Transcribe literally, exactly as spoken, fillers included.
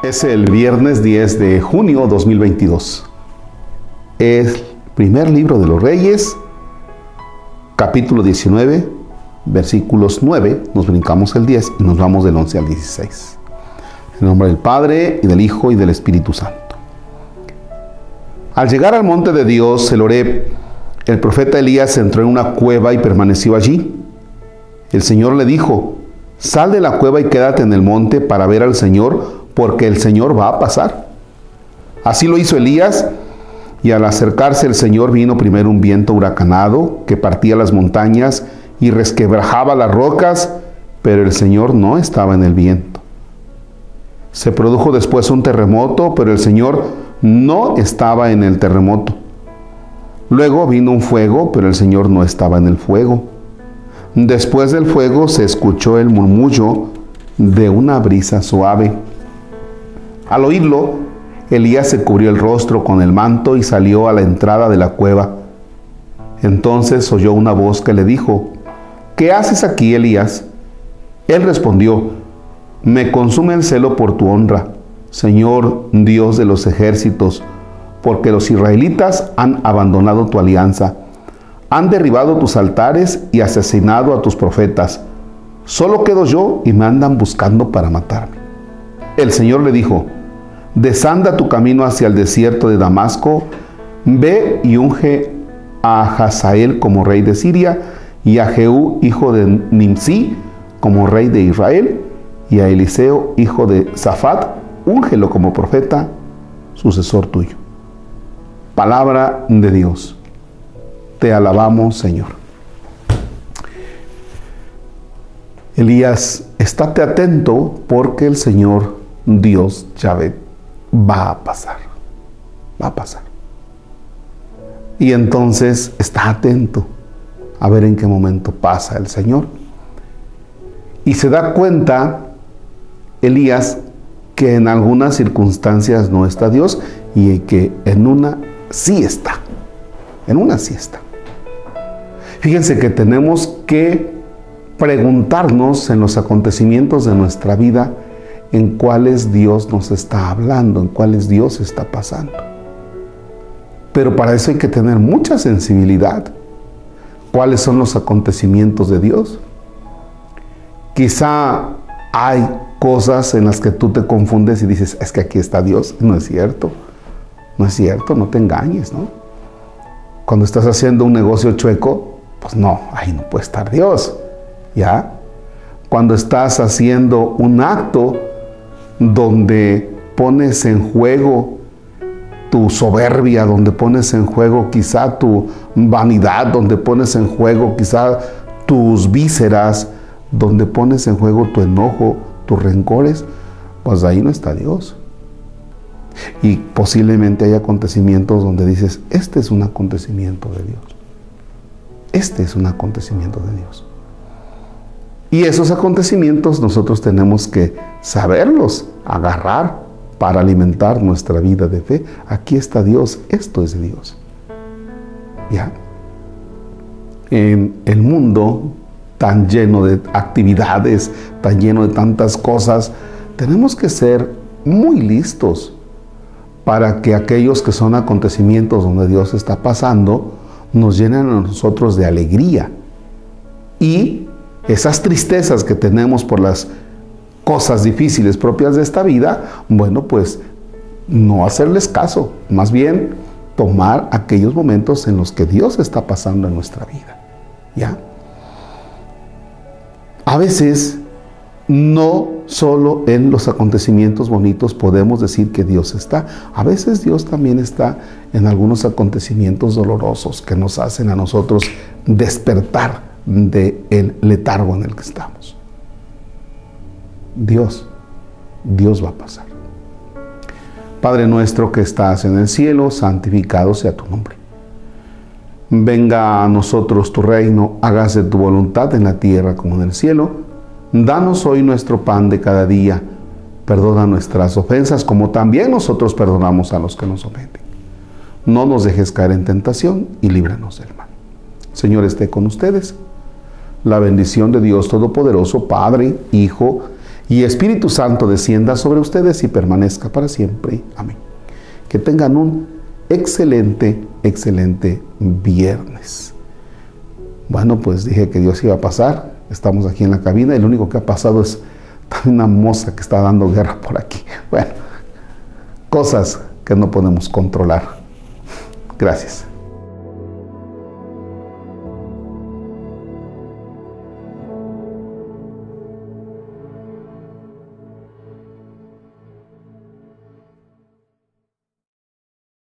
Es el viernes diez de junio dos mil veintidós. Es el primer libro de los Reyes, capítulo diecinueve, versículos nueve, nos brincamos el diez y nos vamos del once al dieciséis. En el nombre del Padre, y del Hijo, y del Espíritu Santo. Al llegar al monte de Dios, el Horeb, el profeta Elías entró en una cueva y permaneció allí. El Señor le dijo: sal de la cueva y quédate en el monte para ver al Señor, porque el Señor va a pasar. Así lo hizo Elías, y al acercarse el Señor vino primero un viento huracanado que partía las montañas y resquebrajaba las rocas, pero el Señor no estaba en el viento. Se produjo después un terremoto, pero el Señor no estaba en el terremoto. Luego vino un fuego, pero el Señor no estaba en el fuego. Después del fuego se escuchó el murmullo de una brisa suave. Al oírlo, Elías se cubrió el rostro con el manto y salió a la entrada de la cueva. Entonces oyó una voz que le dijo: ¿qué haces aquí, Elías? Él respondió: me consume el celo por tu honra, Señor Dios de los ejércitos, porque los israelitas han abandonado tu alianza, han derribado tus altares y asesinado a tus profetas. Solo quedo yo y me andan buscando para matarme. El Señor le dijo: desanda tu camino hacia el desierto de Damasco, ve y unge a Hazael como rey de Siria, y a Jehú, hijo de Nimsi, como rey de Israel, y a Eliseo, hijo de Safat, úngelo como profeta, sucesor tuyo. Palabra de Dios. Te alabamos, Señor. Elías, estate atento, porque el Señor Dios Yahvé va a pasar. Va a pasar. Y entonces está atento a ver en qué momento pasa el Señor. Y se da cuenta Elías que en algunas circunstancias no está Dios y que en una sí está. En una sí está. Fíjense que tenemos que preguntarnos en los acontecimientos de nuestra vida en cuáles Dios nos está hablando, en cuáles Dios está pasando. Pero para eso hay que tener mucha sensibilidad. ¿Cuáles son los acontecimientos de Dios? Quizá hay cosas en las que tú te confundes y dices: es que aquí está Dios. No es cierto. No es cierto, no te engañes, ¿no? Cuando estás haciendo un negocio chueco, pues no, ahí no puede estar Dios, ¿ya? Cuando estás haciendo un acto donde pones en juego tu soberbia, donde pones en juego quizá tu vanidad, donde pones en juego quizá tus vísceras, donde pones en juego tu enojo, tus rencores, pues ahí no está Dios. Y posiblemente hay acontecimientos donde dices: este es un acontecimiento de Dios. Este es un acontecimiento de Dios. Y esos acontecimientos nosotros tenemos que saberlos agarrar para alimentar nuestra vida de fe. Aquí está Dios, esto es de Dios. ¿Ya? En el mundo tan lleno de actividades, tan lleno de tantas cosas, tenemos que ser muy listos para que aquellos que son acontecimientos donde Dios está pasando nos llenen a nosotros de alegría. Y esas tristezas que tenemos por las cosas difíciles propias de esta vida, bueno, pues no hacerles caso, más bien tomar aquellos momentos en los que Dios está pasando en nuestra vida, ¿ya? A veces, no solo en los acontecimientos bonitos podemos decir que Dios está. A veces Dios también está en algunos acontecimientos dolorosos que nos hacen a nosotros despertar del letargo en el que estamos. Dios, Dios va a pasar. Padre nuestro que estás en el cielo, santificado sea tu nombre. Venga a nosotros tu reino, hágase tu voluntad en la tierra como en el cielo. Danos hoy nuestro pan de cada día. Perdona nuestras ofensas como también nosotros perdonamos a los que nos ofenden. No nos dejes caer en tentación y líbranos del mal. Señor esté con ustedes. La bendición de Dios Todopoderoso, Padre, Hijo y Espíritu Santo descienda sobre ustedes y permanezca para siempre. Amén. Que tengan un excelente, excelente viernes. Bueno, pues dije que Dios iba a pasar. Estamos aquí en la cabina y lo único que ha pasado es una mosca que está dando guerra por aquí. Bueno, cosas que no podemos controlar. Gracias.